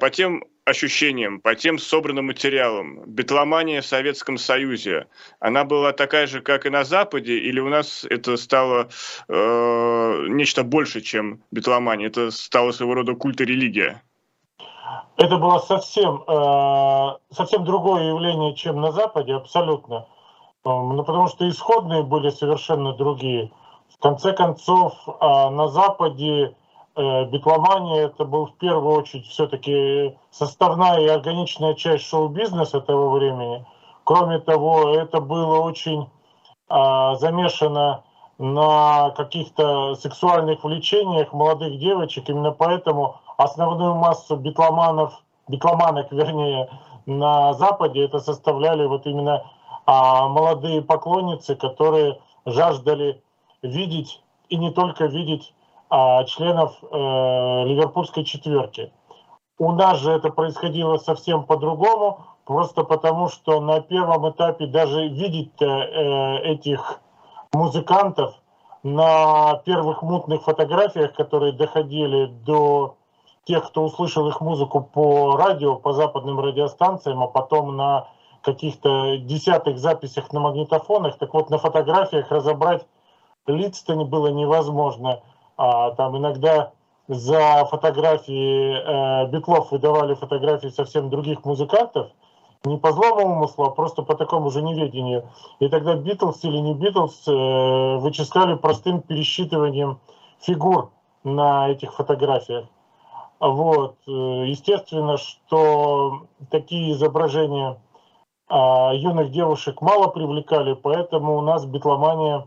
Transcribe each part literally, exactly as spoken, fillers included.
по тем ощущениям, по тем собранным материалам, битломания в Советском Союзе, она была такая же, как и на Западе, или у нас это стало э, нечто больше, чем битломания? Это стало своего рода культ и религия? Это было совсем, э, совсем другое явление, чем на Западе, абсолютно. Ну, потому что исходные были совершенно другие. В конце концов, э, на Западе э, битломания это был в первую очередь все-таки составная и органичная часть шоу-бизнеса того времени. Кроме того, это было очень э, замешано на каких-то сексуальных влечениях молодых девочек. Именно поэтому основную массу битломанов, битломанок, вернее, на Западе это составляли вот именно а, молодые поклонницы, которые жаждали видеть, и не только видеть, а, членов э, ливерпульской четверки. У нас же это происходило совсем по-другому, просто потому что на первом этапе даже видеть э, этих музыкантов на первых мутных фотографиях, которые доходили до тех, кто услышал их музыку по радио, по западным радиостанциям, а потом на каких-то десятых записях на магнитофонах, так вот на фотографиях разобрать лиц-то было невозможно. А, там иногда за фотографии э, битлов выдавали фотографии совсем других музыкантов, не по злому умыслу, а просто по такому же неведению. И тогда Битлз или не Битлз э, вычисляли простым пересчитыванием фигур на этих фотографиях. Вот. Естественно, что такие изображения э, юных девушек мало привлекали, поэтому у нас битломания,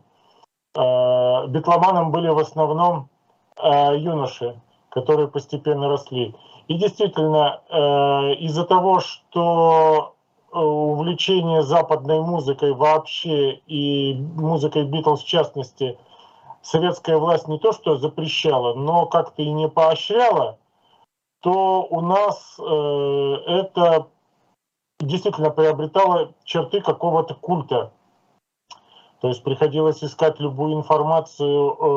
э, битломаном были в основном э, юноши, которые постепенно росли. И действительно, э, из-за того, что увлечение западной музыкой вообще и музыкой Битлз в частности, советская власть не то что запрещала, но как-то и не поощряла, то у нас э, это действительно приобретало черты какого-то культа. То есть приходилось искать любую информацию э,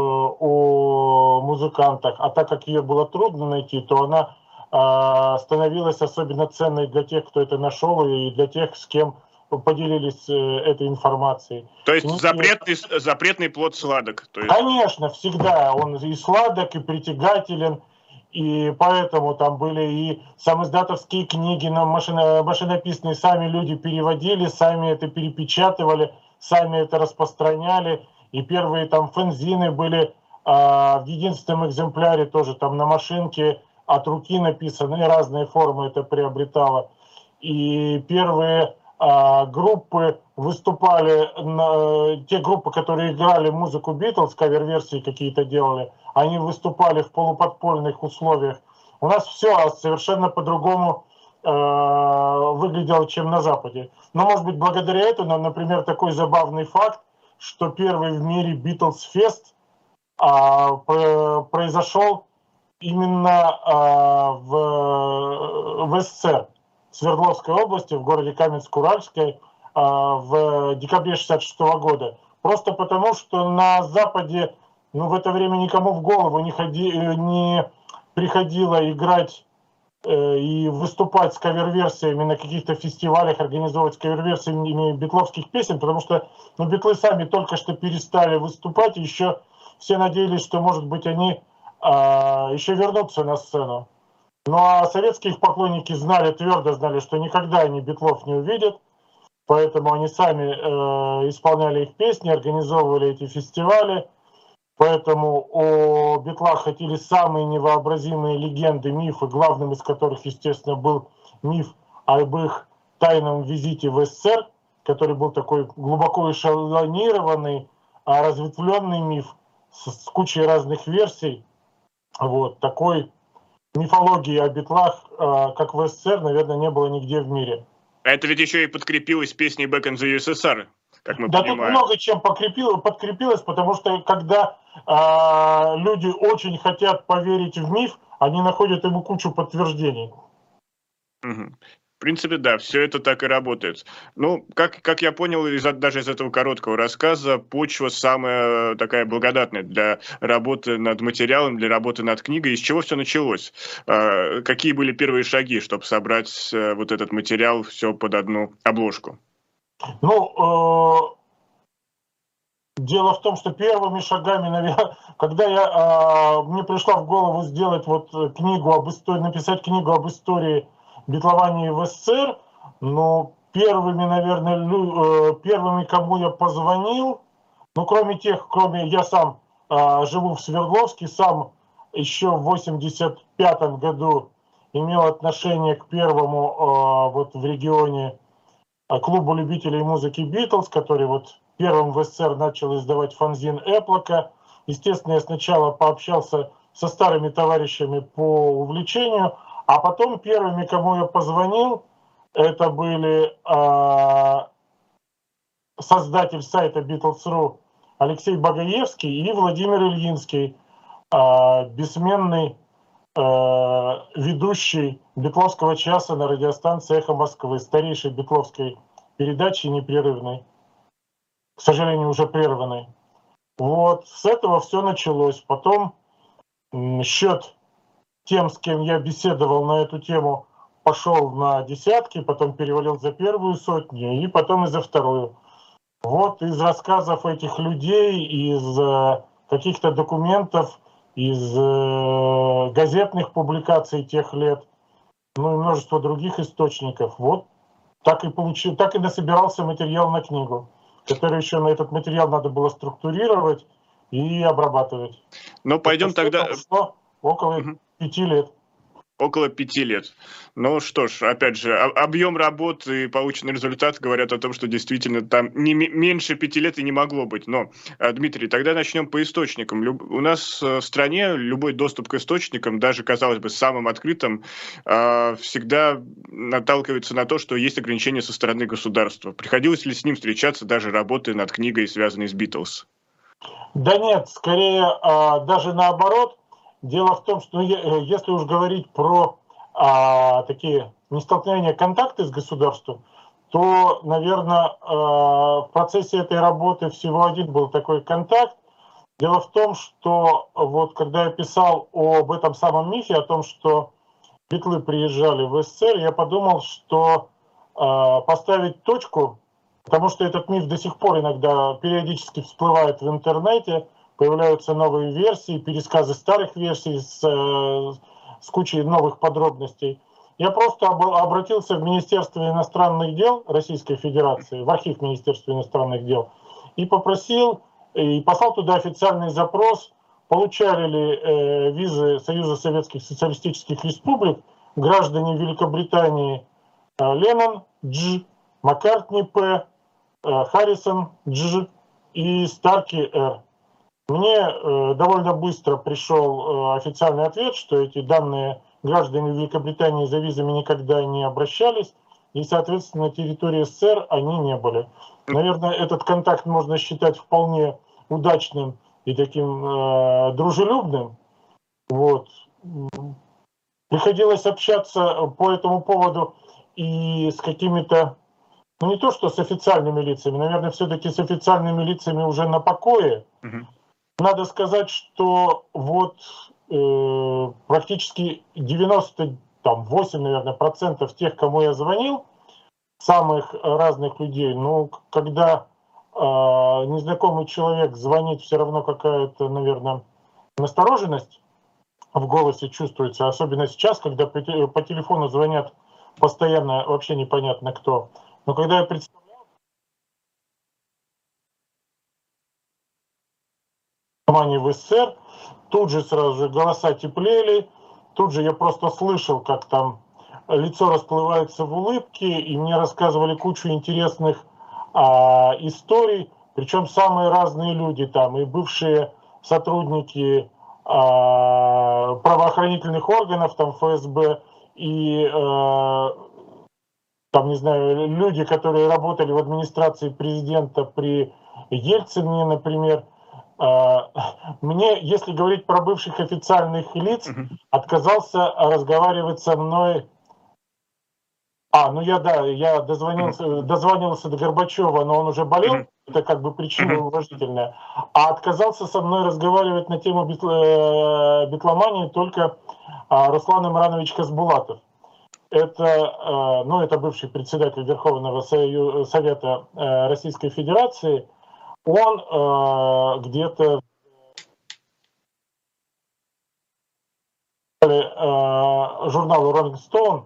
о музыкантах, а так как ее было трудно найти, то она становилась особенно ценной для тех, кто это нашел, и для тех, с кем поделились этой информацией. То есть и, запретный, и... запретный плод сладок? То есть... Конечно, всегда. Он и сладок, и притягателен, и поэтому там были и самиздатовские книги, но машино, машинописные, сами люди переводили, сами это перепечатывали, сами это распространяли, и первые там фэнзины были а, в единственном экземпляре тоже там на машинке, от руки написаны, разные формы это приобретало. И первые а, группы выступали, на, те группы, которые играли музыку Битлз, кавер-версии какие-то делали, они выступали в полуподпольных условиях. У нас все совершенно по-другому э, выглядело, чем на Западе. Но, может быть, благодаря этому, например, такой забавный факт, что первый в мире Битлз-фест э, произошел именно э, в, в СССР, в Свердловской области, в городе Каменск-Уральской, э, в декабре шестьдесят шестого года. Просто потому, что на Западе ну, в это время никому в голову не, ходи, не приходило играть э, и выступать с кавер-версиями на каких-то фестивалях, организовывать кавер-версиями битловских песен, потому что ну, битлы сами только что перестали выступать, и еще все надеялись, что, может быть, они а, еще вернуться на сцену. Ну а советские их поклонники знали, твердо знали, что никогда они битлов не увидят, поэтому они сами э, исполняли их песни, организовывали эти фестивали, поэтому о битлах ходили самые невообразимые легенды, мифы, главным из которых, естественно, был миф об их тайном визите в СССР, который был такой глубоко эшелонированный, разветвленный миф с, с кучей разных версий. Вот, такой мифологии о битлах, как в СССР, наверное, не было нигде в мире. А это ведь еще и подкрепилось песней Back in the ю эс эс ар, как мы да, понимаем. Да, тут много чем подкрепилось, подкрепилось, потому что когда э, люди очень хотят поверить в миф, они находят ему кучу подтверждений. Угу. В принципе, да, все это так и работает. Ну, как как я понял из даже из этого короткого рассказа, почва самая такая благодатная для работы над материалом, для работы над книгой. Из чего все началось? А, какие были первые шаги, чтобы собрать, э, вот этот материал, все под одну обложку? Ну, э, дело в том, что первыми шагами, наверно, когда я, а, мне пришла в голову сделать вот книгу об истории, написать книгу об истории битлования в СССР, ну, первыми, наверное, лю э, первыми, кому я позвонил, ну, кроме тех, кроме я сам, а, живу в Свердловске, сам еще в восемьдесят пятом году имел отношение к первому, а, вот в регионе, а, клубу любителей музыки «Битлз», который вот первым в СССР начал издавать фанзин «Эплока». Естественно, я сначала пообщался со старыми товарищами по увлечению, а потом первыми, кому я позвонил, это были э, создатель сайта Битлз точка ру Алексей Багаевский и Владимир Ильинский, э, бессменный э, ведущий битловского часа на радиостанции «Эхо Москвы», старейшей битловской передачи непрерывной, к сожалению, уже прерванной. Вот с этого все началось. Потом счет тем, с кем я беседовал на эту тему, пошел на десятки, потом перевалил за первую сотню и потом и за вторую. Вот из рассказов этих людей, из э, каких-то документов, из э, газетных публикаций тех лет, ну и множество других источников, вот так и получил, так и насобирался материал на книгу, который еще на этот материал надо было структурировать и обрабатывать. Ну, пойдем тогда... Прошло около угу. пяти лет. Около пяти лет. Ну что ж, опять же, объем работы и полученный результат говорят о том, что действительно там не меньше пяти лет и не могло быть. Но, Дмитрий, тогда начнем по источникам. У нас в стране любой доступ к источникам, даже, казалось бы, самым открытым, всегда наталкивается на то, что есть ограничения со стороны государства. Приходилось ли с ним встречаться, даже работая над книгой, связанной с Битлз? Да нет, скорее даже наоборот. Дело в том, что если уж говорить про а, такие нестолкновения, контакты с государством, то, наверное, а, в процессе этой работы всего один был такой контакт. Дело в том, что вот когда я писал об этом самом мифе, о том, что битлы приезжали в СССР, я подумал, что а, поставить точку, потому что этот миф до сих пор иногда периодически всплывает в интернете, появляются новые версии, пересказы старых версий с, с кучей новых подробностей. Я просто обратился в Министерство иностранных дел Российской Федерации, в архив Министерства иностранных дел, и попросил, и послал туда официальный запрос, получали ли э, визы Союза Советских Социалистических Республик граждане Великобритании э, Леннон, Дж, Маккартни, П, э, Харрисон, Дж и Старки, Р. Мне э, довольно быстро пришел э, официальный ответ, что эти данные граждане Великобритании за визами никогда не обращались, и, соответственно, на территории СССР они не были. Наверное, этот контакт можно считать вполне удачным и таким э, дружелюбным. Вот. Приходилось общаться по этому поводу и с какими-то, ну не то что с официальными лицами, наверное, все-таки с официальными лицами уже на покое. Uh-huh. Надо сказать, что вот э, практически девяносто восемь, наверное, процентов тех, кому я звонил, самых разных людей, ну, когда э, незнакомый человек звонит, все равно какая-то, наверное, настороженность в голосе чувствуется, особенно сейчас, когда по, по телефону звонят постоянно, вообще непонятно кто. Но когда я представляю, в СССР, тут же сразу же голоса теплели, тут же я просто слышал, как там лицо расплывается в улыбке, и мне рассказывали кучу интересных а, историй, причем самые разные люди там, и бывшие сотрудники а, правоохранительных органов, там эф эс бэ, и а, там, не знаю, люди, которые работали в администрации президента при Ельцине, например. Мне, если говорить про бывших официальных лиц, uh-huh. отказался разговаривать со мной А, ну я, да, я дозвонился, дозвонился до Горбачева, но он уже болел, это как бы причина уважительная. А отказался со мной разговаривать на тему битл- э, битломании только а, Руслан Имранович Хасбулатов. Это, э, ну, это бывший председатель Верховного Сою- Совета э, Российской Федерации. Он э, где-то э, журналу Rolling Stone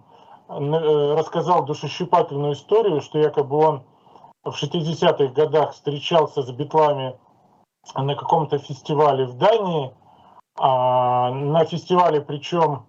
э, рассказал душещипательную историю, что якобы он в шестидесятых годах встречался с битлами на каком-то фестивале в Дании, а, на фестивале, причем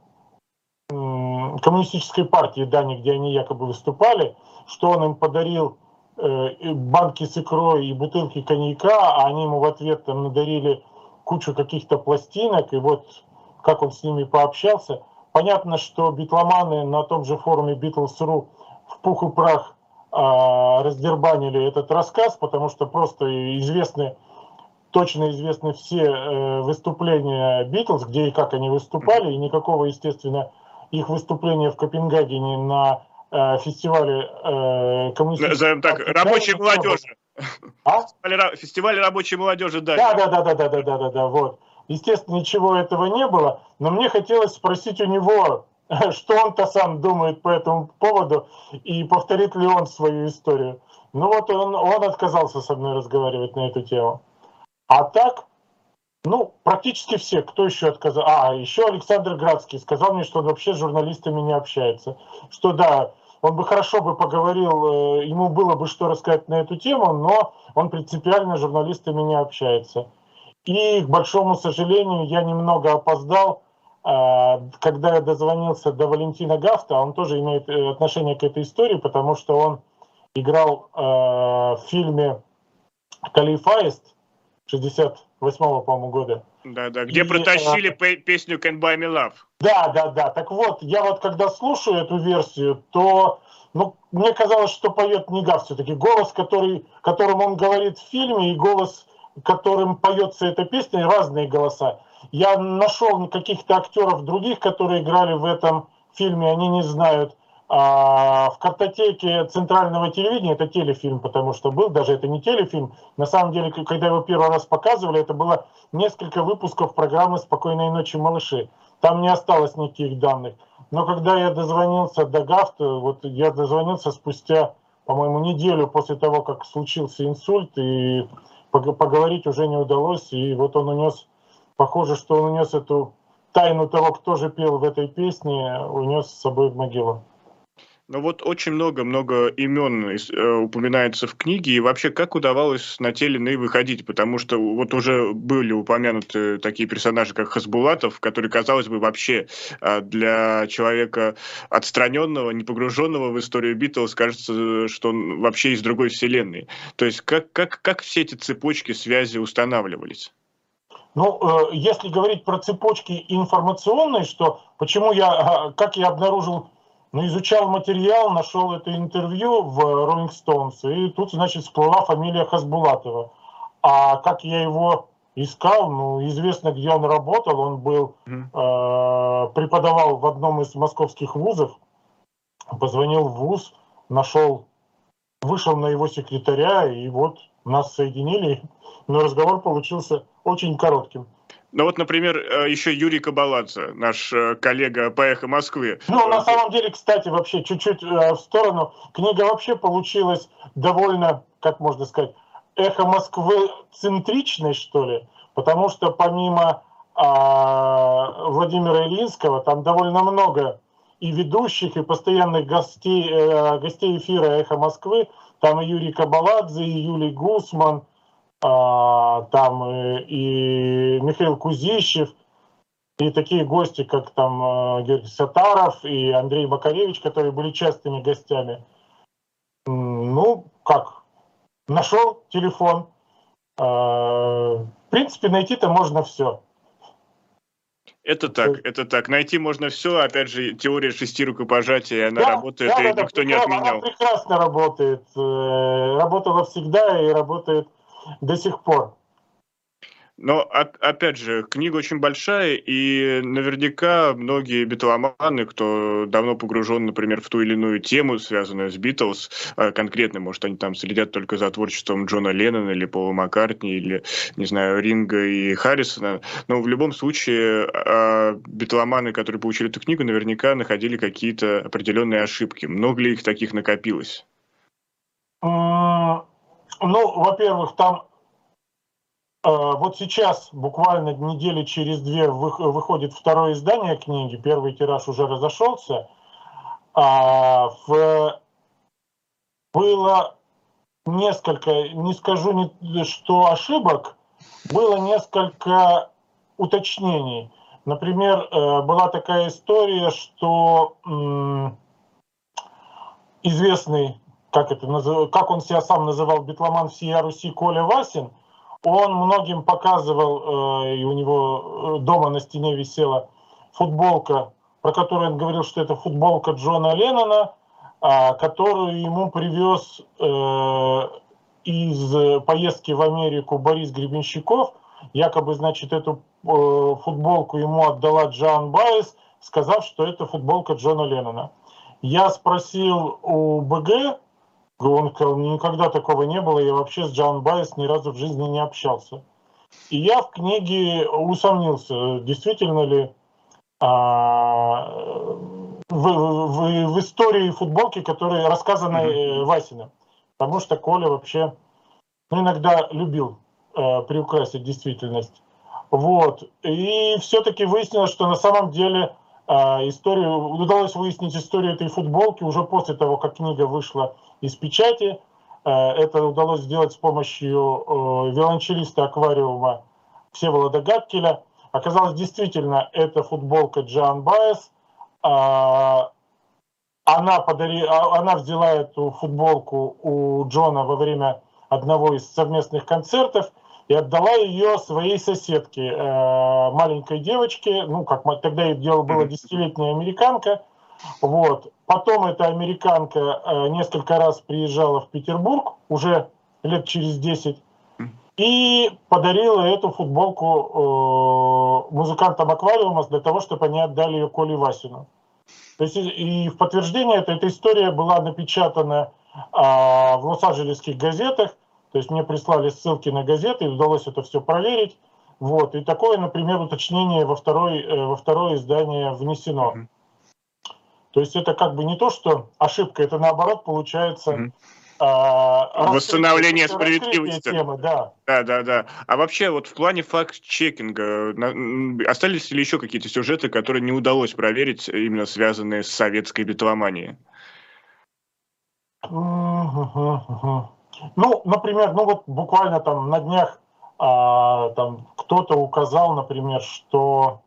коммунистической партии Дании, где они якобы выступали, что он им подарил э, банки с икрой и бутылки коньяка, а они ему в ответ там надарили кучу каких-то пластинок, и вот как он с ними пообщался. Понятно, что битломаны на том же форуме Beatles точка ру в пух и прах а, раздербанили этот рассказ, потому что просто известны, точно известны все э, выступления Битлз, где и как они выступали, и никакого, естественно, их выступления в Копенгагене на э, фестивале э, коммунистической Назовем так, рабочей молодежи. А? Фестиваль рабочей молодежи, да. Да, да, да, да, да, да, да, да, да, вот. Естественно, ничего этого не было, но мне хотелось спросить у него, что он-то сам думает по этому поводу и повторит ли он свою историю. Ну вот он, он отказался со мной разговаривать на эту тему. А так, ну, практически все. Кто еще отказал? А, еще Александр Градский сказал мне, что он вообще с журналистами не общается. Что да, он бы хорошо бы поговорил, ему было бы что рассказать на эту тему, но он принципиально с журналистами не общается. И, к большому сожалению, я немного опоздал, когда я дозвонился до Валентина Гафта, он тоже имеет отношение к этой истории, потому что он играл в фильме «Калифаист» шестьдесят восьмого, по-моему, года. Да, да, где и, протащили э, песню Can't Buy Me Love. Да, да, да. Так вот, я вот когда слушаю эту версию, то ну, мне казалось, что поет не Гафт все-таки. Голос, который, которым он говорит в фильме, и голос, которым поется эта песня, разные голоса. Я нашел каких-то актеров других, которые играли в этом фильме, они не знают. А в картотеке центрального телевидения, это телефильм, потому что был, даже это не телефильм, на самом деле, когда его первый раз показывали, это было несколько выпусков программы «Спокойной ночи, малыши». Там не осталось никаких данных. Но когда я дозвонился до Гафта, вот я дозвонился спустя, по-моему, неделю после того, как случился инсульт, и поговорить уже не удалось, и вот он унес, похоже, что он унес эту тайну того, кто же пел в этой песне, унес с собой в могилу. Ну вот очень много-много имен э, упоминается в книге, и вообще как удавалось на те или иные выходить, потому что вот уже были упомянуты такие персонажи, как Хасбулатов, который, казалось бы, вообще э, для человека отстраненного, не погруженного в историю Битлз, кажется, что он вообще из другой вселенной. То есть как, как, как все эти цепочки связи устанавливались? Ну, э, если говорить про цепочки информационные, что почему я, как я обнаружил, ну, изучал материал, нашел это интервью в Rolling Stones, и тут, значит, всплыла фамилия Хасбулатова. А как я его искал, ну, известно, где он работал, он был, э, преподавал в одном из московских вузов, позвонил в вуз, нашел, вышел на его секретаря, и вот нас соединили, но разговор получился очень коротким. Ну вот, например, еще Юрий Кабаладзе, наш коллега по «Эхо Москвы». Ну, на самом деле, кстати, вообще чуть-чуть в сторону, книга вообще получилась довольно, как можно сказать, «Эхо Москвы» центричной, что ли, потому что помимо а, Владимира Ильинского, там довольно много и ведущих, и постоянных гостей, э, гостей эфира «Эхо Москвы», там и Юрий Кабаладзе, и Юлий Гусман, а, там и, и Михаил Кузищев, и такие гости, как там Георгий Сатаров и Андрей Макаревич, которые были частыми гостями. Ну, как, нашел телефон. В принципе, найти-то можно все. Это так, это так. Найти можно все. Опять же, теория шести рукопожатий, она да, работает, да, и да, никто да, не отменял. Она прекрасно работает. Работала всегда и работает до сих пор. Но, опять же, книга очень большая, и наверняка многие битломаны, кто давно погружен, например, в ту или иную тему, связанную с Битлз, конкретно, может, они там следят только за творчеством Джона Леннона или Пола Маккартни, или, не знаю, Ринга и Харрисона, но в любом случае битломаны, которые получили эту книгу, наверняка находили какие-то определенные ошибки. Много ли их таких накопилось? Ну, во-первых, там вот сейчас, буквально недели через две, выходит второе издание книги, первый тираж уже разошелся. А в... Было несколько, не скажу, что ошибок, было несколько уточнений. Например, была такая история, что известный, как, это, как он себя сам называл, битломан всея Руси Коля Васин, он многим показывал, и у него дома на стене висела футболка, про которую он говорил, что это футболка Джона Леннона, которую ему привез из поездки в Америку Борис Гребенщиков. Якобы, значит, эту футболку ему отдала Джоан Баez, сказав, что это футболка Джона Леннона. Я спросил у БГ, он сказал, никогда такого не было, я вообще с Джоан Баez ни разу в жизни не общался. И я в книге усомнился, действительно ли а, в, в, в истории футболки, которые рассказаны mm-hmm. Васиным. Потому что Коля вообще ну, иногда любил э, приукрасить действительность. Вот. И все-таки выяснилось, что на самом деле э, историю, удалось выяснить историю этой футболки уже после того, как книга вышла из печати. Э, это удалось сделать с помощью э, виолончелиста аквариума Всеволода Габкеля. Оказалось, действительно, это футболка Джоан Баez. Э, она, подари, она взяла эту футболку у Джона во время одного из совместных концертов и отдала ее своей соседке, э, маленькой девочке, ну, как тогда ей дело было десятилетняя американка. Вот. Потом эта американка э, несколько раз приезжала в Петербург, уже лет через десять, и подарила эту футболку э, музыкантам аквариума для того, чтобы они отдали ее Коле Васину. То есть, и в подтверждение этой, эта история была напечатана а, в лос-анджелесских газетах. То есть мне прислали ссылки на газеты, и удалось это все проверить. Вот. И такое, например, уточнение во, второй, во второе издание внесено. Mm-hmm. То есть это как бы не то, что ошибка, это наоборот получается... Mm-hmm. А, восстановление справедливости. Темы, да. Да, да, да. А вообще, вот в плане факт-чекинга, остались ли еще какие-то сюжеты, которые не удалось проверить, именно связанные с советской битломанией? Ну, например, ну вот буквально там на днях а, там кто-то указал, например, что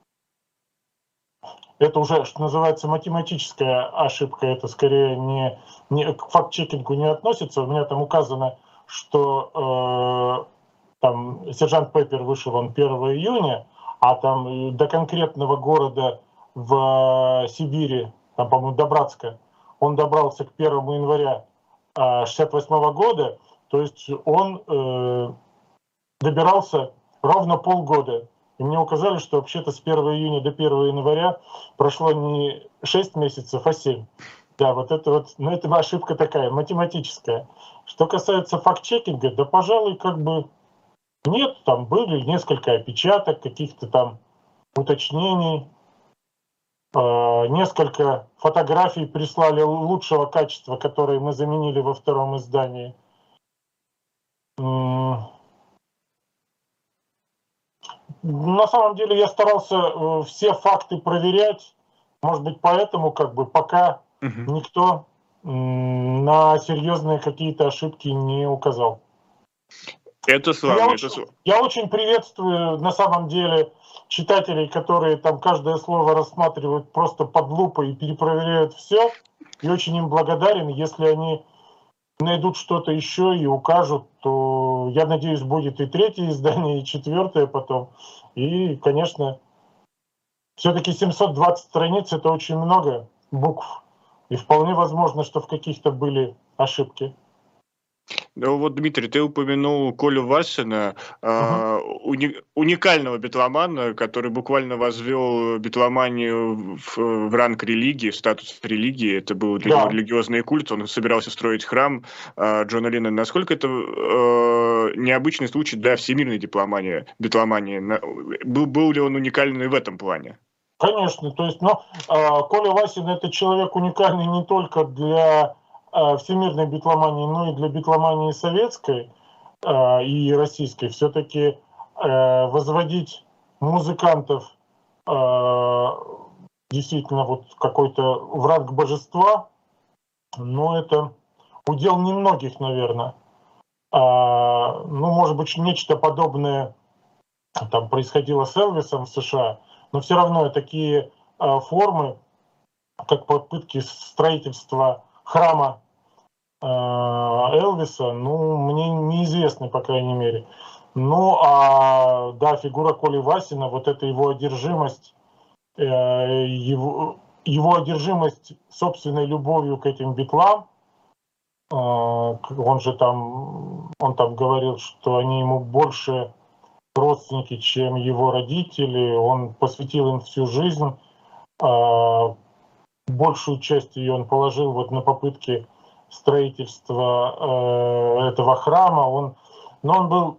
это уже, что называется, математическая ошибка, это скорее не, не к факт-чекингу не относится. У меня там указано, что э, там сержант Пеппер вышел он первого июня, а там до конкретного города в Сибири, там, по-моему, до Братска, он добрался к первому января шестьдесят восьмого года, то есть он э, добирался ровно полгода. И мне указали, что вообще-то с первого июня до первого января прошло не шесть месяцев, а семь. Да, вот это вот, ну это ошибка такая, математическая. Что касается факт-чекинга, да, пожалуй, как бы нет, там были несколько опечаток, каких-то там уточнений, э, несколько фотографий прислали лучшего качества, которые мы заменили во втором издании. На самом деле я старался все факты проверять, может быть, поэтому как бы пока uh-huh. никто на серьезные какие-то ошибки не указал. Это славно. Я, это очень, славно. я очень приветствую на самом деле читателей, которые там каждое слово рассматривают просто под лупой и перепроверяют все. И очень им благодарен, если они найдут что-то еще и укажут, то, я надеюсь, будет и третье издание, и четвертое потом. И, конечно, все-таки семьсот двадцать страниц — это очень много букв. И вполне возможно, что в каких-то были ошибки. Ну вот, Дмитрий, ты упомянул Колю Васина, Мгм. э, уни- уникального битломана, который буквально возвел битломанию в, в ранг религии, в статус религии. Это был для него Да. религиозный культ, он собирался строить храм э, Джона Леннона. Насколько это э, необычный случай для всемирной дипломании, битломании? На- Был, был ли он уникальный в этом плане? Конечно, то есть, но а, Коля Васин это человек уникальный не только для а, всемирной битломании, но и для битломании советской а, и российской. Все-таки а, возводить музыкантов а, действительно вот какой-то в ранг божества, но это удел немногих, наверное. А, ну, может быть, нечто подобное там происходило с Элвисом в США, но все равно такие а, формы, как попытки строительства храма а, Элвиса, ну, мне неизвестны, по крайней мере. Ну, а, да, фигура Коли Васина, вот эта его одержимость, э, его, его одержимость собственной любовью к этим битлам, э, он же там, он там говорил, что они ему больше родственники, чем его родители, он посвятил им всю жизнь, э, большую часть ее он положил вот на попытки строительства э, этого храма. Он, но он был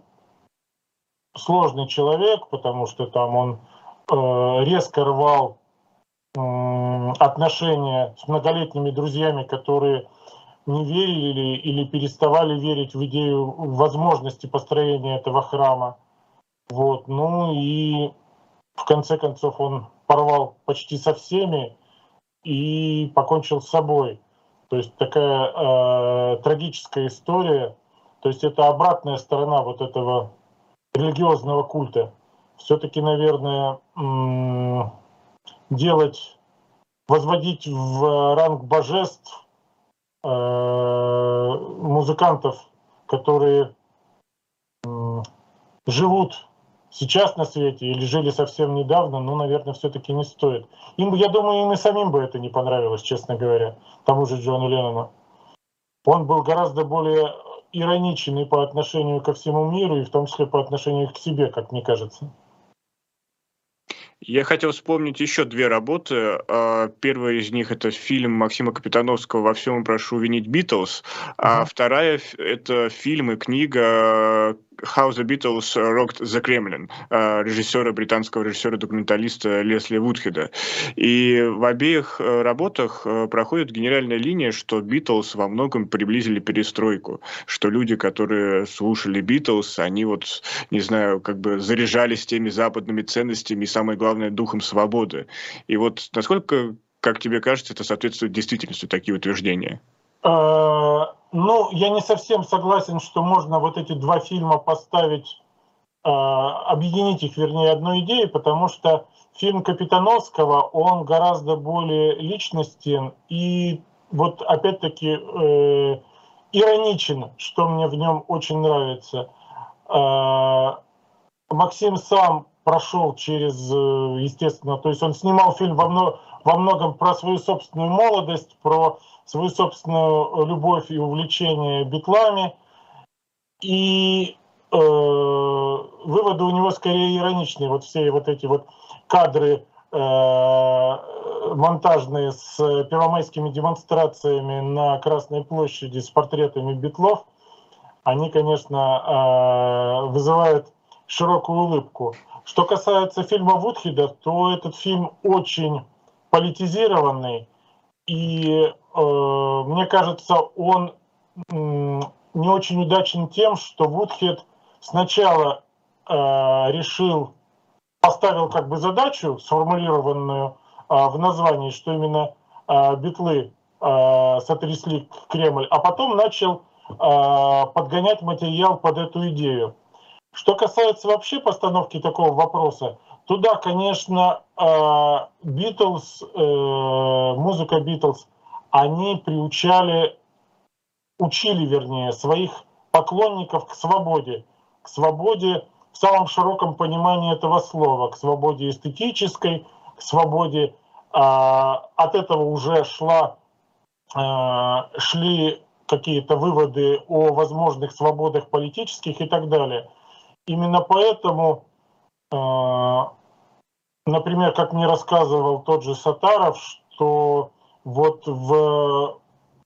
сложный человек, потому что там он э, резко рвал э, отношения с многолетними друзьями, которые не верили или переставали верить в идею возможности построения этого храма. Вот. Ну и в конце концов он порвал почти со всеми и покончил с собой. То есть такая э, трагическая история. То есть это обратная сторона вот этого религиозного культа. Все-таки, наверное, м- делать, возводить в ранг божеств э, музыкантов, которые м- живут сейчас на свете или жили совсем недавно, ну, наверное, все-таки не стоит. Им, я думаю, им и самим бы это не понравилось, честно говоря, тому же Джону Леннону. Он был гораздо более ироничен и по отношению ко всему миру, и в том числе по отношению к себе, как мне кажется. Я хотел вспомнить еще две работы. А, Первая из них — это фильм Максима Капитановского «Во всем прошу винить Битлз», а Мгм. вторая — это фильм и книга «How the Beatles Rocked the Kremlin» а, режиссера, британского режиссера-документалиста Лесли Вудхеда. И в обеих э, работах э, проходит генеральная линия, что Битлз во многом приблизили перестройку, что люди, которые слушали Битлз, они вот, не знаю, как бы заряжались теми западными ценностями и, самое главное, духом свободы. И вот насколько, как тебе кажется, это соответствует действительности, такие утверждения? Э, Ну, я не совсем согласен, что можно вот эти два фильма поставить, э, объединить их, вернее, одной идеей, потому что фильм Капитановского, он гораздо более личностен и вот опять-таки э, ироничен, что мне в нем очень нравится. Э, Максим сам прошел через, э, естественно, то есть он снимал фильм во, мно, во многом про свою собственную молодость, про свою собственную любовь и увлечение битлами. И э, выводы у него скорее ироничные. Вот все вот эти вот кадры э, монтажные с первомайскими демонстрациями на Красной площади с портретами битлов, они, конечно, э, вызывают широкую улыбку. Что касается фильма Вудхеда, то этот фильм очень политизированный, и э, мне кажется, он м, не очень удачен тем, что Вудхед сначала э, решил, поставил как бы задачу, сформулированную э, в названии, что именно э, битлы э, сотрясли Кремль, а потом начал э, подгонять материал под эту идею. Что касается вообще постановки такого вопроса, то да, конечно, Битлз, музыка Битлз, они приучали, учили, вернее, своих поклонников к свободе. К свободе в самом широком понимании этого слова, к свободе эстетической, к свободе. От этого уже шла, шли какие-то выводы о возможных свободах политических и так далее. Именно поэтому, например, как мне рассказывал тот же Сатаров, что вот в,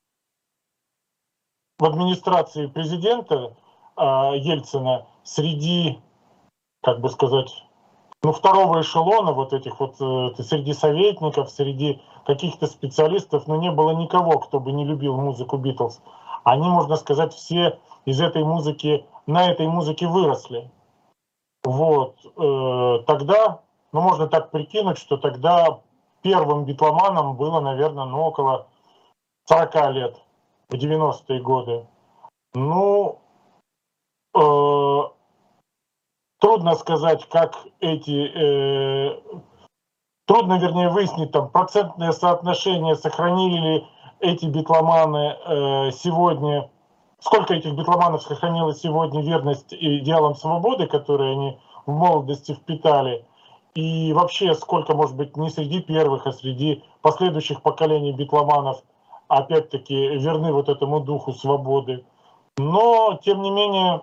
в администрации президента Ельцина среди, как бы сказать, ну, второго эшелона вот этих вот, среди советников, среди каких-то специалистов, ну, не было никого, кто бы не любил музыку Битлз. Они, можно сказать, все из этой музыки, на этой музыке выросли. Вот. Тогда, ну, можно так прикинуть, что тогда первым битломаном было, наверное, ну, около сорока лет, в девяностые годы. Ну, э, трудно сказать, как эти... Э, трудно, вернее, выяснить там процентное соотношение, сохранили ли эти битломаны э, сегодня... Сколько этих битломанов сохранило сегодня верность идеалам свободы, которые они в молодости впитали, и вообще сколько, может быть, не среди первых, а среди последующих поколений битломанов, опять-таки, верны вот этому духу свободы. Но, тем не менее,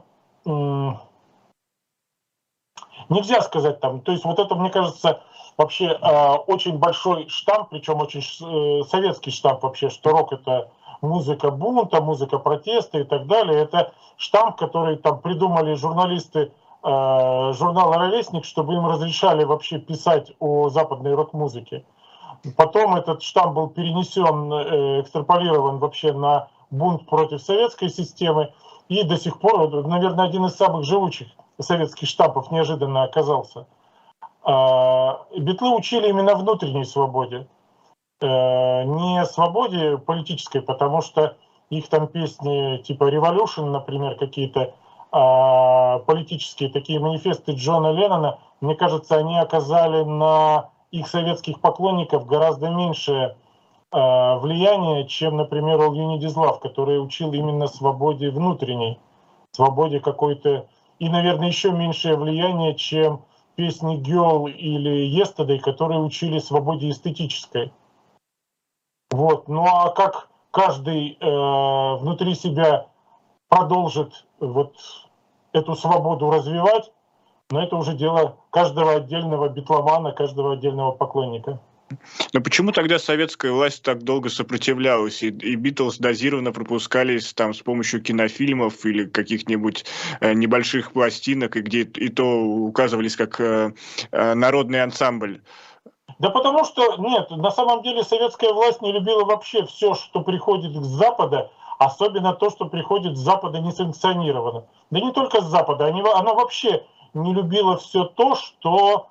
нельзя сказать там, то есть вот это, мне кажется, вообще очень большой штамп, причем очень советский штамп вообще, что рок — это музыка бунта, музыка протеста и так далее. Это штамп, который там придумали журналисты э, журнала «Ровесник», чтобы им разрешали вообще писать о западной рок-музыке. Потом этот штамп был перенесен, э, экстраполирован вообще на бунт против советской системы. И до сих пор, наверное, один из самых живучих советских штампов неожиданно оказался. Э, битлы учили именно внутренней свободе. Не свободе политической, потому что их там песни типа Revolution, например, какие-то а, политические такие манифесты Джона Леннона, мне кажется, они оказали на их советских поклонников гораздо меньшее а, влияние, чем, например, All You Need Is Love, который учил именно свободе внутренней, свободе какой-то, и, наверное, еще меньшее влияние, чем песни Girl или Yesterday, которые учили свободе эстетической. Вот. Ну а как каждый э, внутри себя продолжит вот эту свободу развивать, но это уже дело каждого отдельного битломана, каждого отдельного поклонника. Но почему тогда советская власть так долго сопротивлялась, и, и Битлз дозированно пропускались там с помощью кинофильмов или каких-нибудь э, небольших пластинок, и где и то указывались как э, э, народный ансамбль? Да потому что, нет, на самом деле советская власть не любила вообще все, что приходит с Запада, особенно то, что приходит с Запада несанкционированно. Да не только с Запада, они, она вообще не любила все то, что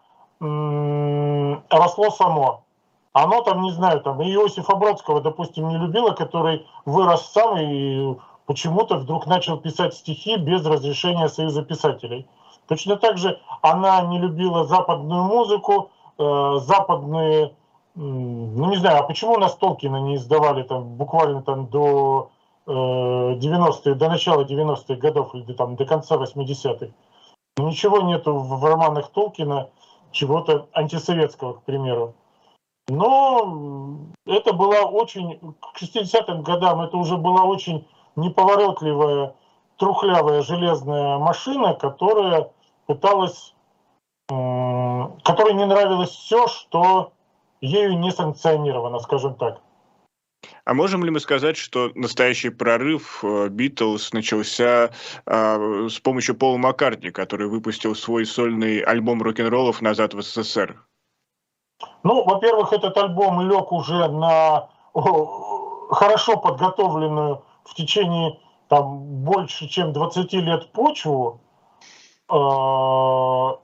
м- росло само. Оно там, не знаю, там и Иосифа Бродского, допустим, не любила, который вырос сам и почему-то вдруг начал писать стихи без разрешения Союза писателей. Точно так же она не любила западную музыку, западные, ну не знаю, а почему у нас Толкина не издавали там буквально там до девяностых, до начала девяностых годов или там до конца восьмидесятых? Ничего нету в романах Толкина чего-то антисоветского, к примеру. Но это была очень, к шестидесятым годам это уже была очень неповоротливая, трухлявая железная машина, которая пыталась которой не нравилось все, что ею не санкционировано, скажем так. А можем ли мы сказать, что настоящий прорыв Битлз начался э, с помощью Пола Маккартни, который выпустил свой сольный альбом рок-н-роллов «Назад в СССР»? Ну, во-первых, этот альбом лег уже на о, хорошо подготовленную в течение там, больше чем двадцати лет почву. Э,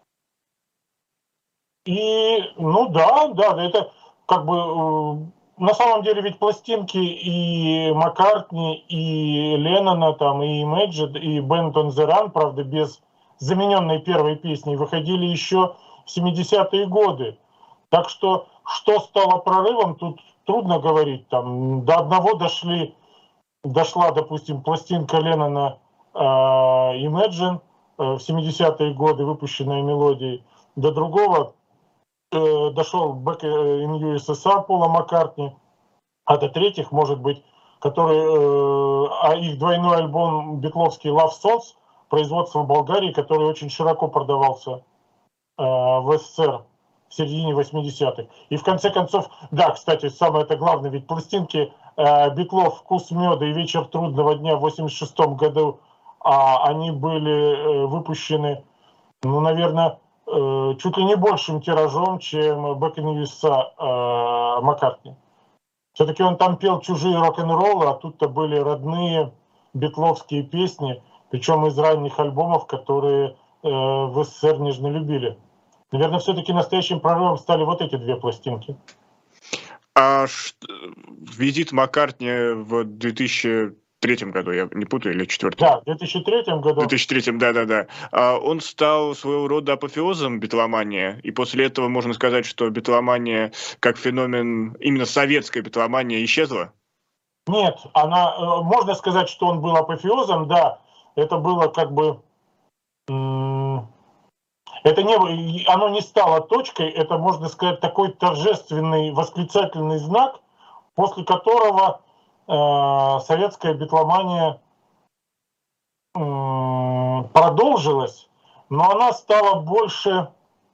И, ну да, да, это как бы э, на самом деле ведь пластинки и Маккартни, и Леннона, там, и Imagine, и Band on the Run, правда, без замененной первой песни, выходили еще в семидесятые годы. Так что, что стало прорывом, тут трудно говорить. Там до одного дошли, дошла, допустим, пластинка Леннона э, Imagine э, в семидесятые годы, выпущенная мелодией, до другого дошел Back in ю эс эс ар Пола Маккартни, а до третьих, может быть, который, э, а их двойной альбом битловский Love Songs, производства Болгарии, который очень широко продавался э, в СССР в середине восьмидесятых. И в конце концов, да, кстати, самое это главное, ведь пластинки э, Битлов «Вкус меда» и «Вечер трудного дня» в восемьдесят шестом году, а, они были э, выпущены, ну, наверное, э, чуть ли не большим тиражом, чем «Back in ю эс эй» э, Маккартни. Все-таки он там пел чужие рок-н-роллы, а тут-то были родные битловские песни, причем из ранних альбомов, которые э, в СССР нежно любили. Наверное, все-таки настоящим прорывом стали вот эти две пластинки. А ш... визит Маккартни в две тысячи третьем году, я не путаю, или четвертом? Да, в две тысячи третьем году. В две тысячи третьем, да-да-да. Он стал своего рода апофеозом битломании, и после этого можно сказать, что битломания как феномен, именно советская битломания, исчезла? Нет, она, можно сказать, что он был апофеозом, да, это было как бы, это не, оно не стало точкой, это, можно сказать, такой торжественный восклицательный знак, после которого э, советская битломания э, продолжилась, но она стала больше,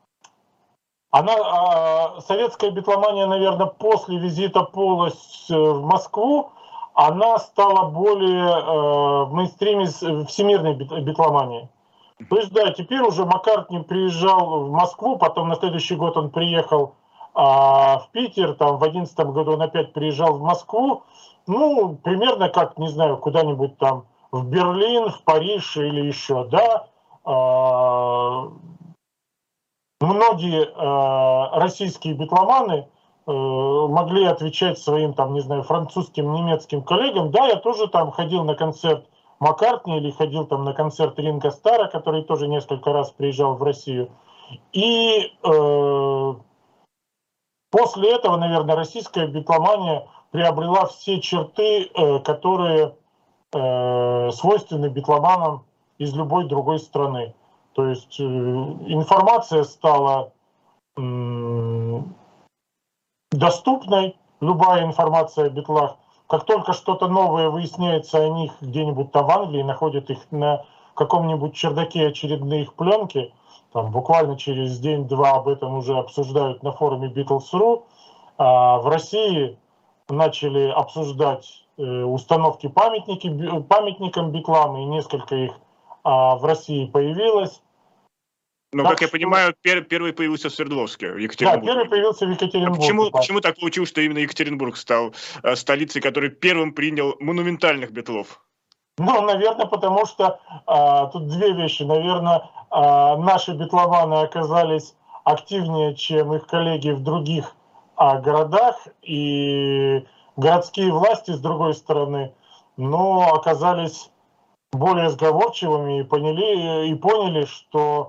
она, э, советская битломания, наверное, после визита Пола в Москву, она стала более э, в мейнстриме всемирной битломании. То есть, да, теперь уже Маккартни приезжал в Москву, потом на следующий год он приехал а, в Питер, там в одиннадцатом году он опять приезжал в Москву, ну, примерно как, не знаю, куда-нибудь там в Берлин, в Париж или еще, да. А, многие а, российские битломаны а, могли отвечать своим, там, не знаю, французским, немецким коллегам, да, я тоже там ходил на концерт Маккартни или ходил там на концерт Ринго Старра, который тоже несколько раз приезжал в Россию. И э, после этого, наверное, российская битломания приобрела все черты, э, которые э, свойственны битломанам из любой другой страны. То есть э, информация стала э, доступной, любая информация о битлах. Как только что-то новое выясняется о них где-нибудь там в Англии, находят их на каком-нибудь чердаке очередные их пленки, там буквально через день-два об этом уже обсуждают на форуме Beatles точка ру, а в России начали обсуждать э, установки памятники, памятникам битлам, и несколько их а, в России появилось. Но, так как что... я понимаю, пер, первый появился в Свердловске, в Екатеринбурге. Да, первый появился в Екатеринбурге. А почему, почему так получилось, что именно Екатеринбург стал э, столицей, который первым принял монументальных битлов? Ну, наверное, потому что а, тут две вещи. Наверное, а, наши битломаны оказались активнее, чем их коллеги в других а, городах, и городские власти, с другой стороны, но оказались более сговорчивыми и поняли, и поняли, что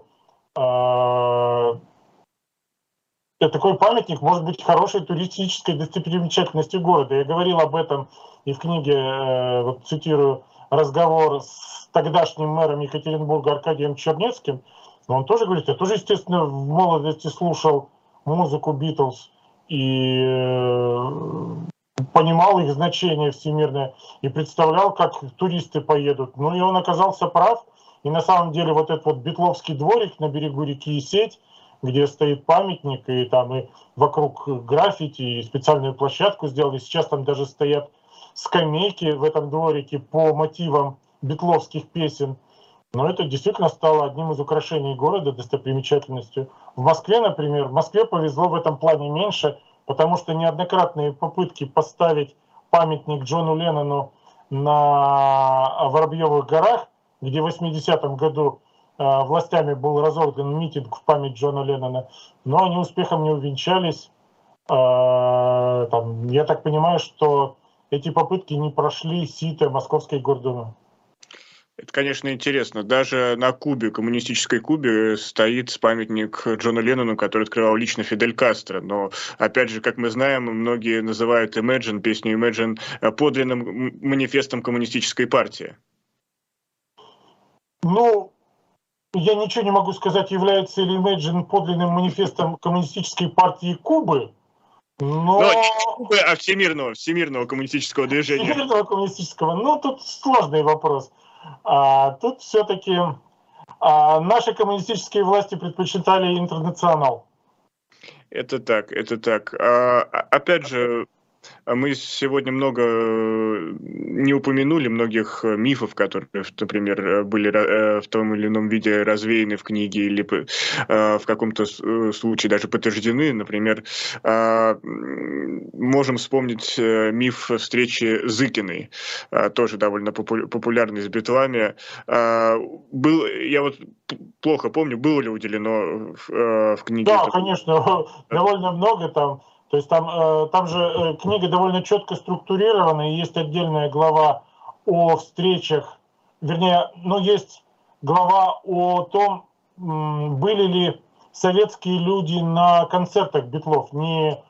такой памятник может быть хорошей туристической достопримечательностью города. Я говорил об этом и в книге, вот цитирую, разговор с тогдашним мэром Екатеринбурга Аркадием Чернецким. Он тоже говорит, я тоже, естественно, в молодости слушал музыку Битлз и понимал их значение всемирное, и представлял, как туристы поедут. Ну и он оказался прав. И на самом деле вот этот вот битловский дворик на берегу реки Исеть, где стоит памятник, и там и вокруг граффити, и специальную площадку сделали. Сейчас там даже стоят скамейки в этом дворике по мотивам битловских песен. Но это действительно стало одним из украшений города, достопримечательностью. В Москве, например, в Москве повезло в этом плане меньше, потому что неоднократные попытки поставить памятник Джону Леннону на Воробьевых горах, где в восьмидесятом году э, властями был разорван митинг в память Джона Леннона, но они успехом не увенчались. Э, там, я так понимаю, что эти попытки не прошли сито Московской гордумы. Это, конечно, интересно. Даже на Кубе, коммунистической Кубе, стоит памятник Джону Леннону, который открывал лично Фидель Кастро. Но, опять же, как мы знаем, многие называют Imagine, песню Imagine, подлинным манифестом коммунистической партии. Ну, я ничего не могу сказать, является ли Imagine подлинным манифестом коммунистической партии Кубы, Но... Но не а всемирного, всемирного коммунистического движения. Всемирного коммунистического, ну тут сложный вопрос. А, тут все-таки а, наши коммунистические власти предпочитали интернационал. Это так, это так. А, опять же, мы сегодня много не упомянули многих мифов, которые, например, были в том или ином виде развеяны в книге или в каком-то случае даже подтверждены. Например, можем вспомнить миф встречи Зыкиной, тоже довольно популярный с битлами. Был, я вот плохо помню, было ли уделено в книге... Да, конечно, довольно много там. То есть там, э, там же э, книга довольно четко структурирована, и есть отдельная глава о встречах, вернее, ну, есть глава о том, были ли советские люди на концертах битлов, не, э,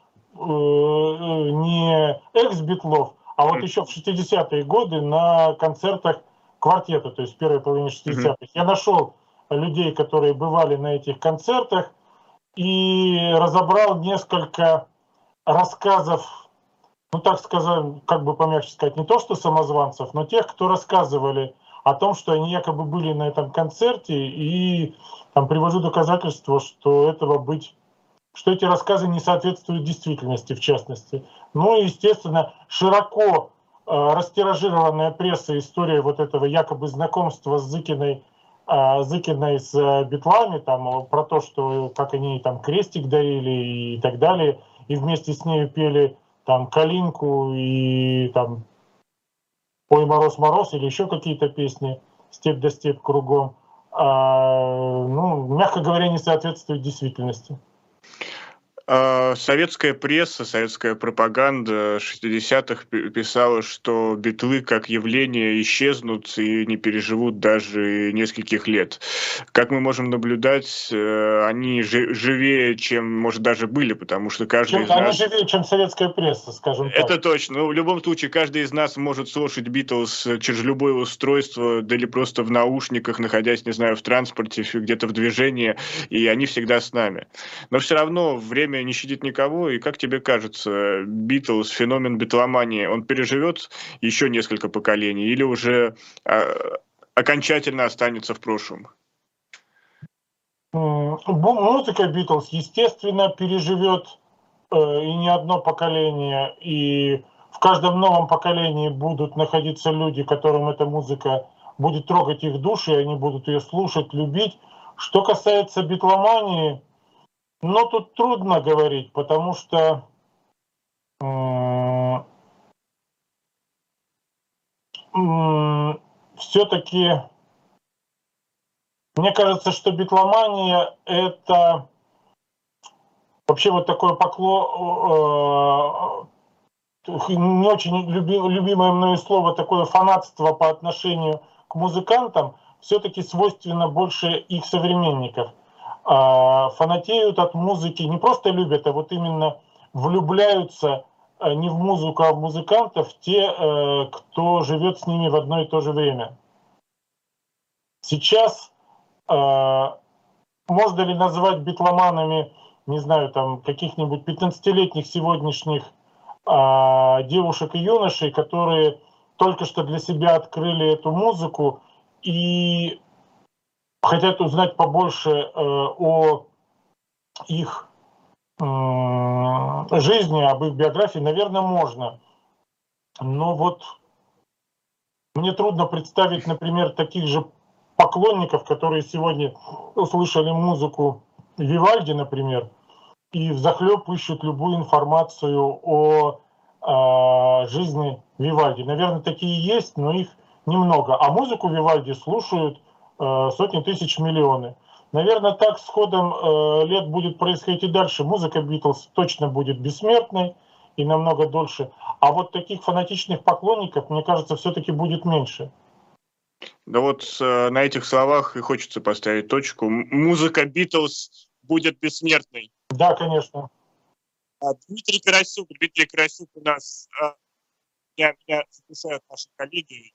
не экс-битлов, а вот еще в шестидесятые годы на концертах квартета, то есть в первой половине шестидесятых. Я нашел людей, которые бывали на этих концертах, и разобрал несколько рассказов, ну так сказать, как бы помягче сказать, не то что самозванцев, но тех, кто рассказывали о том, что они якобы были на этом концерте, и там привожу доказательства, что этого быть, что эти рассказы не соответствуют действительности, в частности. Ну и, естественно, широко э, растиражированная пресса история вот этого якобы знакомства с Зыкиной, э, Зыкиной с э, битлами, там, про то, что как они там крестик дарили и так далее, и вместе с ней пели там «Калинку» и там «Ой, мороз, мороз» или еще какие-то песни «Степь да степь кругом», а, ну, мягко говоря, не соответствует действительности. Советская пресса, советская пропаганда шестидесятых писала, что битлы как явление исчезнут и не переживут даже нескольких лет. Как мы можем наблюдать, они живее, чем, может, даже были, потому что каждый чем, из нас... Они живее, чем советская пресса, скажем так. Это точно. Но в любом случае, каждый из нас может слушать Битлз через любое устройство, да или просто в наушниках, находясь, не знаю, в транспорте, где-то в движении, и они всегда с нами. Но все равно время не щадит никого, и как тебе кажется, Битлз, феномен битломании, он переживет еще несколько поколений или уже а, окончательно останется в прошлом? Музыка Битлз, естественно, переживет э, и не одно поколение, и в каждом новом поколении будут находиться люди, которым эта музыка будет трогать их души, и они будут ее слушать, любить. Что касается битломании, ну, тут трудно говорить, потому что э, э, все-таки мне кажется, что битломания — это вообще вот такое поклон, э, не очень люби, любимое мною слово, такое фанатство по отношению к музыкантам, все-таки свойственно больше их современников. Э, фанатеют от музыки, не просто любят, а вот именно влюбляются э, не в музыку, а в музыкантов, те, э, кто живет с ними в одно и то же время. Сейчас можно ли назвать битломанами, не знаю, там каких-нибудь пятнадцатилетних сегодняшних а, девушек и юношей, которые только что для себя открыли эту музыку и хотят узнать побольше э, о их э, жизни, об их биографии, наверное, можно. Но вот мне трудно представить, например, таких же поклонников, которые сегодня услышали музыку Вивальди, например, и взахлеб ищут любую информацию о э, жизни Вивальди. Наверное, такие есть, но их немного. А музыку Вивальди слушают э, сотни тысяч, миллионы. Наверное, так с ходом э, лет будет происходить и дальше. Музыка Битлз точно будет бессмертной и намного дольше. А вот таких фанатичных поклонников, мне кажется, все-таки будет меньше. Да вот э, на этих словах и хочется поставить точку. М- музыка Битлз будет бессмертной. Да, конечно. А Дмитрий Карасюк, Дмитрий Карасюк у нас, э, меня, меня записают наши коллеги.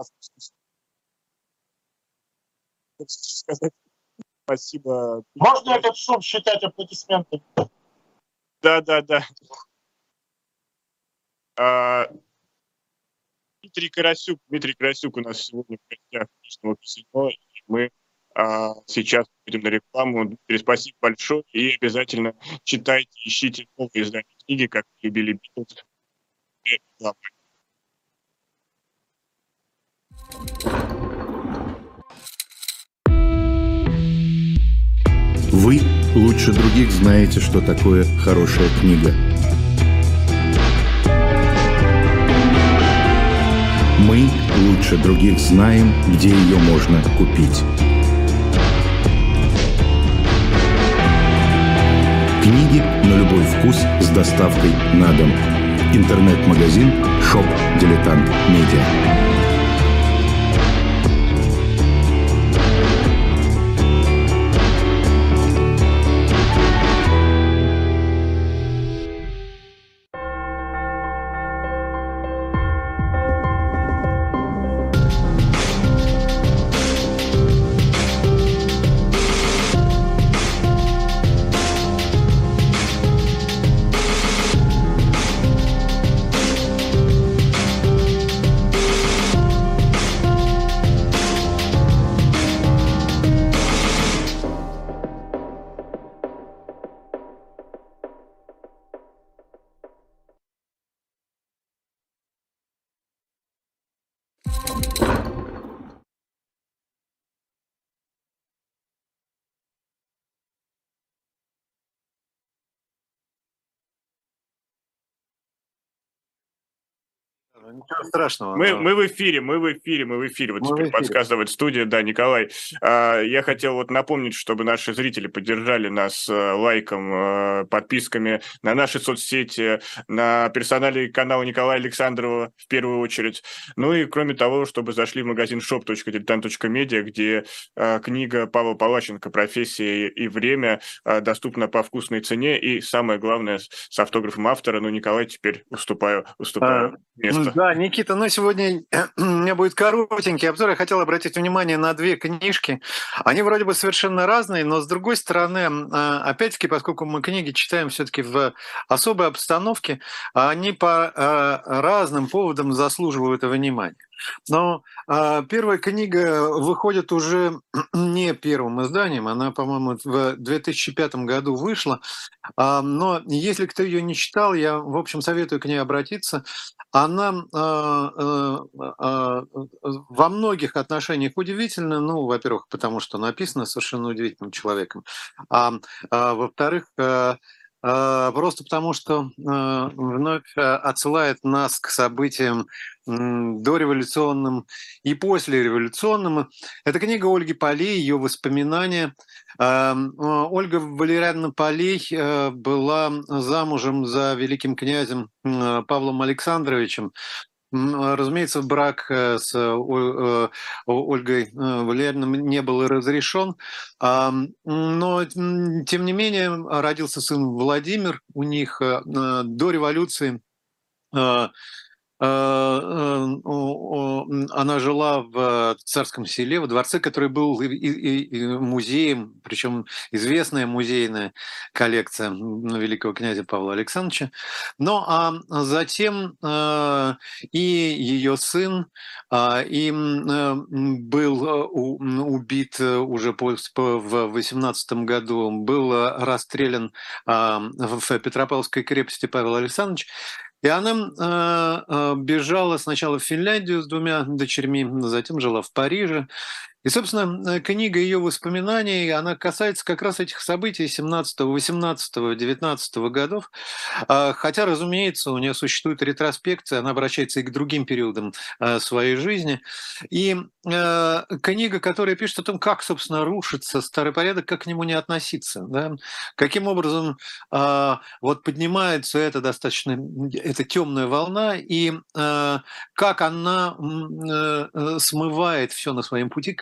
Сказать спасибо. Можно этот шум считать аплодисментами? Да, да, да. А, Дмитрий Карасюк. Дмитрий Карасюк у нас сегодня в гостях в Нижнем Казино, и мы а, сейчас будем на рекламу. Дмитрий, спасибо большое, и обязательно читайте, ищите новые издания книги, как любили Битлз. Вы лучше других знаете, что такое хорошая книга. Мы лучше других знаем, где ее можно купить. Книги на любой вкус с доставкой на дом. Интернет-магазин Shop Дилетант Медиа. Ничего страшного. Мы, но... мы в эфире, мы в эфире, мы в эфире. Вот мы теперь в эфире. подсказывает студия, да, Николай. А, я хотел вот напомнить, чтобы наши зрители поддержали нас а, лайком, а, подписками на наши соцсети, на персональный канал Николая Александрова в первую очередь. Ну и кроме того, чтобы зашли в магазин shop точка дилетант точка медиа, где а, книга Павла Палаченко «Профессия и время» а, доступна по вкусной цене и, самое главное, с автографом автора. Ну, Николай, теперь уступаю, уступаю А, место. Да, Никита, ну сегодня у меня будет коротенький обзор. Я хотел обратить внимание на две книжки. Они вроде бы совершенно разные, но с другой стороны, опять-таки, поскольку мы книги читаем все-таки в особой обстановке, они по разным поводам заслуживают внимания. Но э, первая книга выходит уже не первым изданием, она, по-моему, в две тысячи пятом году вышла, э, но если кто ее не читал, я, в общем, советую к ней обратиться. Она э, э, э, во многих отношениях удивительна, ну, во-первых, потому что написана совершенно удивительным человеком, а, а во-вторых, э, просто потому, что э, вновь отсылает нас к событиям дореволюционным и послереволюционным. Это книга Ольги Полей, ее воспоминания. Ольга Валерьяновна Полей была замужем за великим князем Павлом Александровичем. Разумеется, брак с Ольгой Валерьяновной не был разрешен, но, тем не менее, родился сын Владимир у них до революции. Она жила в Царском селе, во дворце, который был музеем, причем известная музейная коллекция великого князя Павла Александровича. Ну а затем и ее сын им был убит уже в восемнадцатом году, был расстрелян в Петропавловской крепости Павел Александрович. И она э, бежала сначала в Финляндию с двумя дочерьми, затем жила в Париже. И, собственно, книга ее воспоминаний, она касается как раз этих событий семнадцатого, восемнадцатого, девятнадцатого годов. Хотя, разумеется, у нее существует ретроспекция, она обращается и к другим периодам своей жизни. И книга, которая пишет о том, как, собственно, рушится старый порядок, как к нему не относиться. Да? Каким образом вот поднимается эта достаточно эта темная волна, и как она смывает все на своем пути,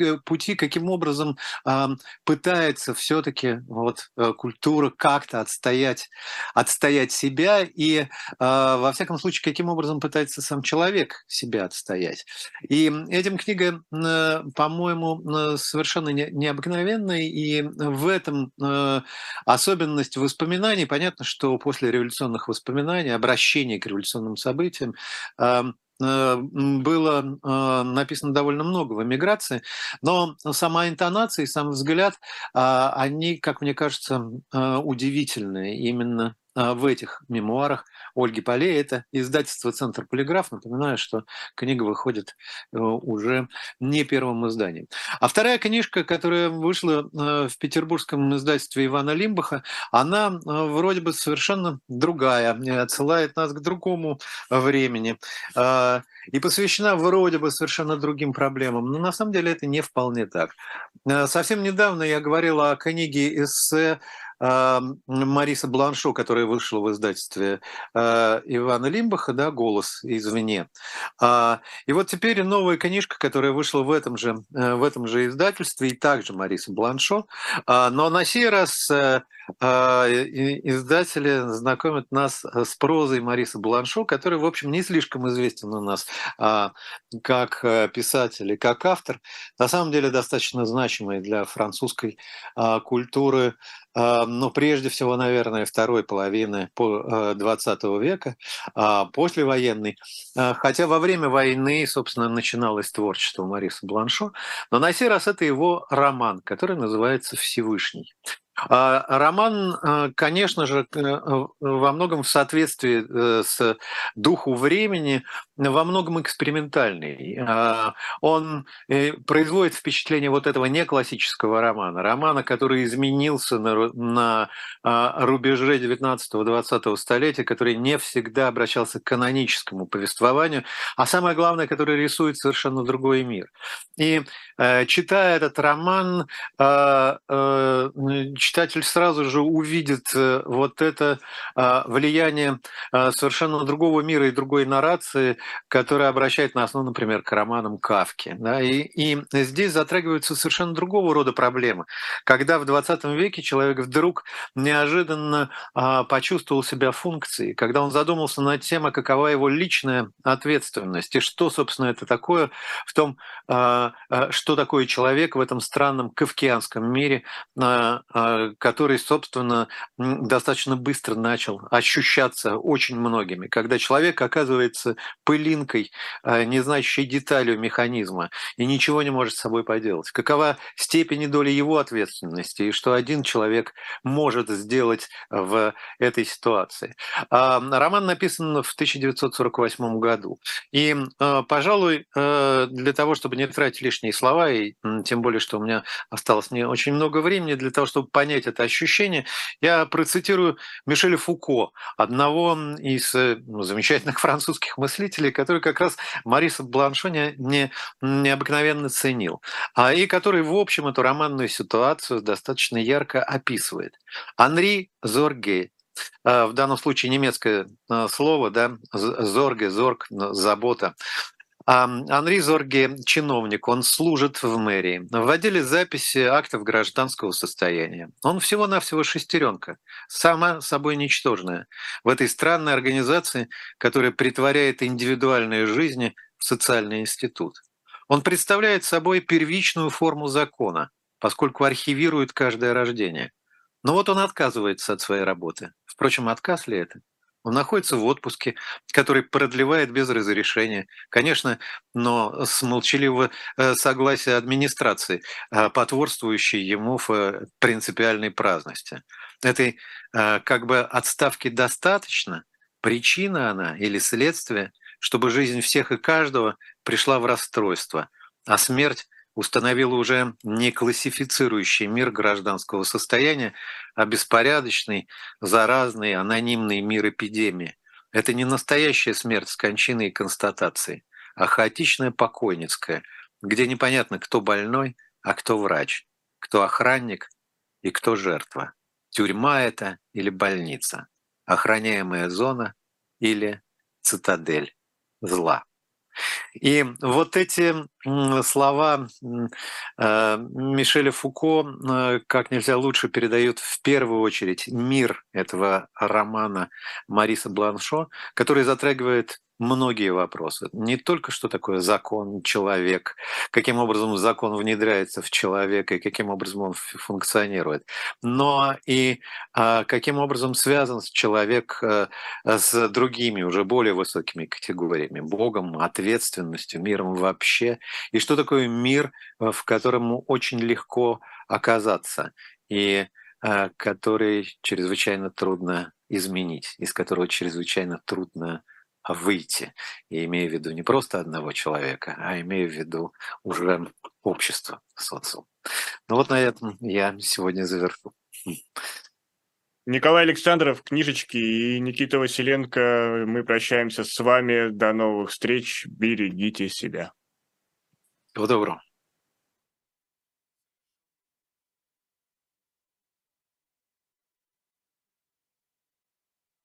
эти пути, каким образом э, пытается все-таки вот, э, культура как-то отстоять, отстоять себя и, э, во всяком случае, каким образом пытается сам человек себя отстоять. И этим книга, э, по-моему, э, совершенно не, необыкновенная, и в этом э, особенность воспоминаний. Понятно, что после революционных воспоминаний, обращения к революционным событиям, э, было э, написано довольно много в эмиграции, но сама интонация и сам взгляд, э, они, как мне кажется, э, удивительные именно э, в этих мемуарах Ольги Полей. Это издательство «Центр Полиграф». Напоминаю, что книга выходит э, уже не первым изданием. А вторая книжка, которая вышла э, в петербургском издательстве Ивана Лимбаха, она э, вроде бы совершенно другая, отсылает нас к другому времени. Э, и посвящена вроде бы совершенно другим проблемам. Но на самом деле это не вполне так. Совсем недавно я говорил о книге эссе Мариса Бланшо, которая вышла в издательстве Ивана Лимбаха, да, «Голос извне». И вот теперь новая книжка, которая вышла в этом же, в этом же издательстве, и также Мариса Бланшо, но на сей раз издатели знакомят нас с прозой Мариса Бланшо, который, в общем, не слишком известен у нас как писатель и как автор, на самом деле достаточно значимый для французской культуры, но прежде всего, наверное, второй половины двадцатого века, послевоенной. Хотя во время войны, собственно, начиналось творчество Мариса Бланшо, но на сей раз это его роман, который называется «Всевышний». Роман, конечно же, во многом в соответствии с духу времени, во многом экспериментальный. Он производит впечатление вот этого не классического романа, романа, который изменился на, на рубеже девятнадцатого-двадцатого столетия, который не всегда обращался к каноническому повествованию, а самое главное, который рисует совершенно другой мир. И читая этот роман, читатель сразу же увидит вот это влияние совершенно другого мира и другой наррации, которая обращает нас, ну, например, к романам Кафки. Да? И, и здесь затрагиваются совершенно другого рода проблемы. Когда в двадцатом веке человек вдруг неожиданно почувствовал себя функцией, когда он задумался над тем, а какова его личная ответственность, и что, собственно, это такое в том, что такое человек в этом странном кафкианском мире, который, собственно, достаточно быстро начал ощущаться очень многими, когда человек оказывается пылинкой, не значащей деталью механизма, и ничего не может с собой поделать. Какова степень и доля его ответственности, и что один человек может сделать в этой ситуации. Роман написан в тысяча девятьсот сорок восьмом году. И, пожалуй, для того, чтобы не тратить лишние слова, и тем более, что у меня осталось не очень много времени для того, чтобы понять это ощущение, я процитирую Мишеля Фуко, одного из ну, замечательных французских мыслителей, который как раз Мариса Бланшо не, не, необыкновенно ценил, а, и который, в общем, эту романную ситуацию достаточно ярко описывает. Анри Зорге, в данном случае немецкое слово, да, зорге, зорг, забота. Анри Зорге – чиновник, он служит в мэрии, в отделе записи актов гражданского состояния. Он всего-навсего шестеренка, сама собой ничтожная, в этой странной организации, которая притворяет индивидуальные жизни в социальный институт. Он представляет собой первичную форму закона, поскольку архивирует каждое рождение. Но вот он отказывается от своей работы. Впрочем, отказ ли это? Он находится в отпуске, который продлевает без разрешения, конечно, но с молчаливого согласия администрации, потворствующей ему в принципиальной праздности. Этой как бы отставки достаточно? Причина она или следствие, чтобы жизнь всех и каждого пришла в расстройство, а смерть установила уже не классифицирующий мир гражданского состояния, а беспорядочный, заразный, анонимный мир эпидемии. Это не настоящая смерть с кончиной и констатацией, а хаотичная покойницкая, где непонятно, кто больной, а кто врач, кто охранник и кто жертва. Тюрьма это или больница, охраняемая зона или цитадель зла. И вот эти слова Мишеля Фуко как нельзя лучше передают в первую очередь мир этого романа Мариса Бланшо, который затрагивает многие вопросы. Не только что такое закон, человек, каким образом закон внедряется в человека и каким образом он функционирует, но и а, каким образом связан человек а, с другими, уже более высокими категориями, Богом, ответственностью, миром вообще, и что такое мир, в котором очень легко оказаться, и а, который чрезвычайно трудно изменить, из которого чрезвычайно трудно выйти, и имея в виду не просто одного человека, а имея в виду уже общество, социум. Ну вот на этом я сегодня завершу. Николай Александров, книжечки, и Никита Василенко. Мы прощаемся с вами. До новых встреч. Берегите себя. Всего доброго.